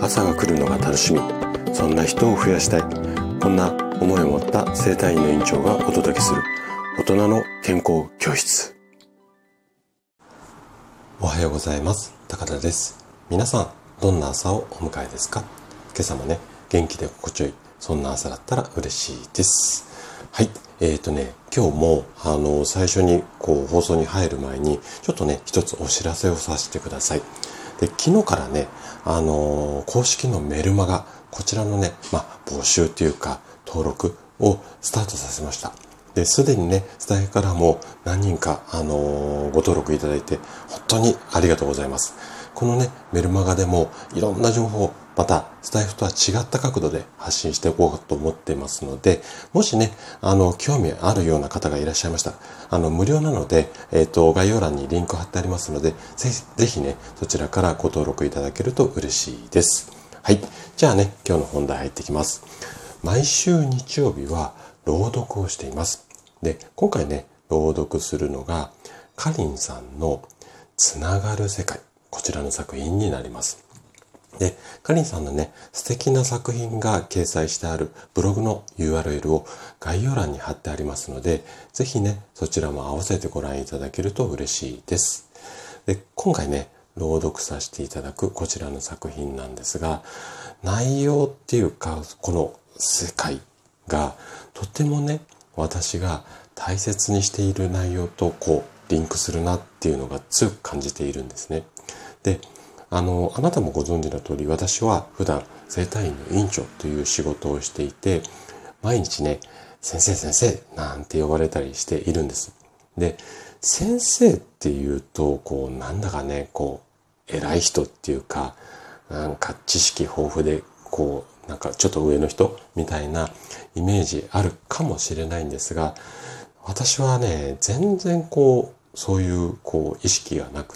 朝が来るのが楽しみ、そんな人を増やしたい、こんな思いを持った整体院の院長がお届けする大人の健康教室。おはようございます。高田です。皆さんどんな朝をお迎えですか？今朝もね、元気で心地よい、そんな朝だったら嬉しいです。はい。今日も最初に放送に入る前にちょっとね、一つお知らせをさせてください。で、昨日からね、公式のメルマガ、こちらのね、募集というか登録をスタートさせました。で、すでにね、スタイフからも何人かご登録いただいて本当にありがとうございます。このね、メルマガでもいろんな情報、またスタイフとは違った角度で発信していこうと思っていますので、もしね、興味あるような方がいらっしゃいましたら、無料なので、概要欄にリンク貼ってありますので、ぜひね、そちらからご登録いただけると嬉しいです。はい。じゃあね、今日の本題入ってきます。毎週日曜日は朗読をしています。で、今回ね、朗読するのが、かりんさんのつながる世界。こちらの作品になります。で、かりんさんのね、素敵な作品が掲載してあるブログの URL を概要欄に貼ってありますので、ぜひね、そちらも合わせてご覧いただけると嬉しいです。で、今回ね、朗読させていただくこちらの作品なんですが、内容っていうか、この世界がとてもね、私が大切にしている内容とリンクするなっていうのが強く感じているんですね。で、あなたもご存知の通り、私は普段整体院の院長という仕事をしていて、毎日ね、先生なんて呼ばれたりしているんです。で、先生っていうと、なんだかね、偉い人っていうか、なんか知識豊富で、なんかちょっと上の人みたいなイメージあるかもしれないんですが、私はね、全然そういう意識がなくって、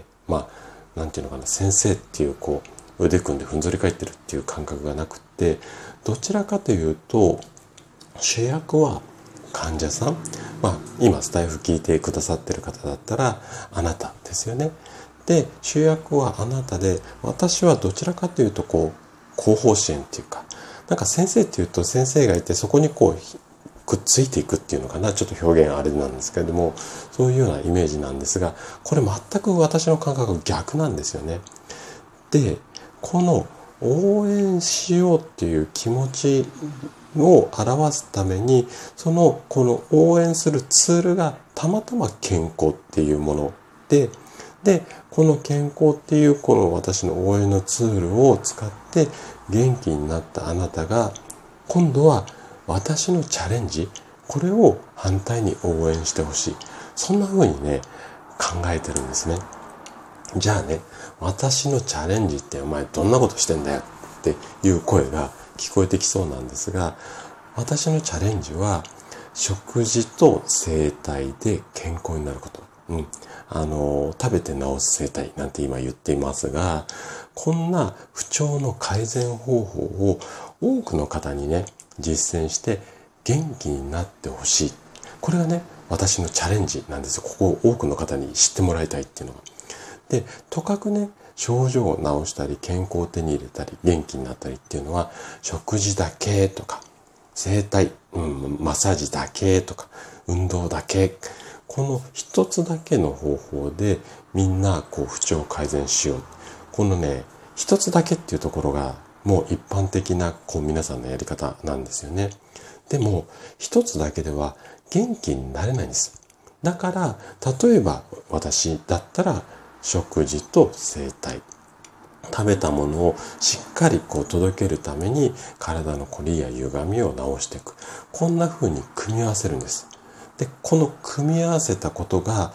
なんていうのかな、先生っていう腕組んでふんぞり返ってるっていう感覚がなくって、どちらかというと、主役は患者さん。今スタイフ聞いてくださってる方だったら、あなたですよね。で、主役はあなたで、私はどちらかというと、後方支援っていうか、なんか先生っていうと先生がいて、そこにくっついていくっていうのかな。ちょっと表現あれなんですけれども、そういうようなイメージなんですが、これ全く私の感覚が逆なんですよね。で、この応援しようっていう気持ちを表すために、この応援するツールがたまたま健康っていうもので、この健康っていうこの私の応援のツールを使って元気になったあなたが、今度は私のチャレンジ、これを反対に応援してほしい。そんな風にね、考えてるんですね。じゃあね、私のチャレンジってお前どんなことしてんだよっていう声が聞こえてきそうなんですが、私のチャレンジは食事と生態で健康になること。食べて治す生態なんて今言っていますが、こんな不調の改善方法を多くの方にね、実践して元気になってほしい。これがね、私のチャレンジなんですよ。ここを多くの方に知ってもらいたいっていうのが。で、とかくね、症状を治したり、健康を手に入れたり、元気になったりっていうのは、食事だけとか、整体、マッサージだけとか、運動だけ、この一つだけの方法でみんな不調を改善しよう。このね、一つだけっていうところがもう一般的な皆さんのやり方なんですよね。でも、一つだけでは元気になれないんです。だから、例えば私だったら、食事と生態。食べたものをしっかり届けるために体の凝りや歪みを直していく。こんな風に組み合わせるんです。で、この組み合わせたことが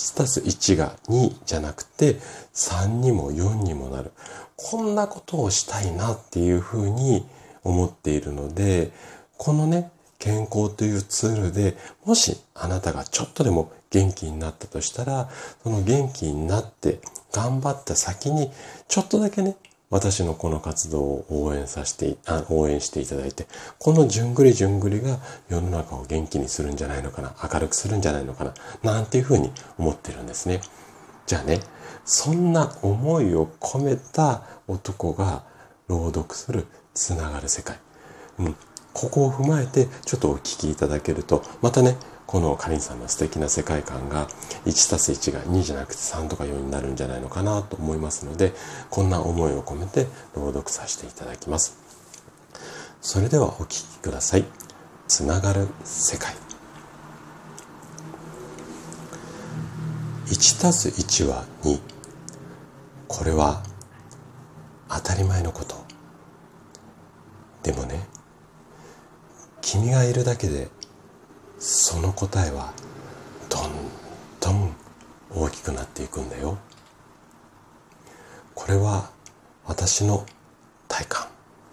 1+1 が2じゃなくて3にも4にもなる。こんなことをしたいなっていう風に思っているので、このね、健康というツールで、もしあなたがちょっとでも元気になったとしたら、その元気になって頑張った先に、ちょっとだけね、私のこの活動を応援していただいて、このじゅんぐりじゅんぐりが世の中を元気にするんじゃないのかな、明るくするんじゃないのかな、なんていうふうに思ってるんですね。じゃあね、そんな思いを込めた男が朗読する、つながる世界。ここを踏まえてちょっとお聞きいただけると、またね、このかりんさんの素敵な世界観が 1+1 が2じゃなくて3とか4になるんじゃないのかなと思いますので、こんな思いを込めて朗読させていただきます。それではお聞きください。つながる世界。1+1 は2。これは当たり前のこと。でもね、君がいるだけでその答えはどんどん大きくなっていくんだよ。これは私の体感。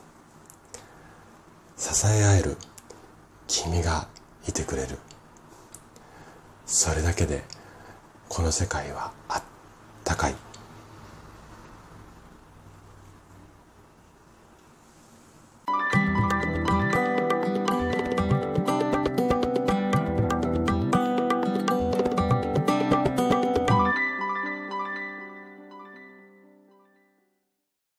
支え合える君がいてくれる。それだけでこの世界はあっ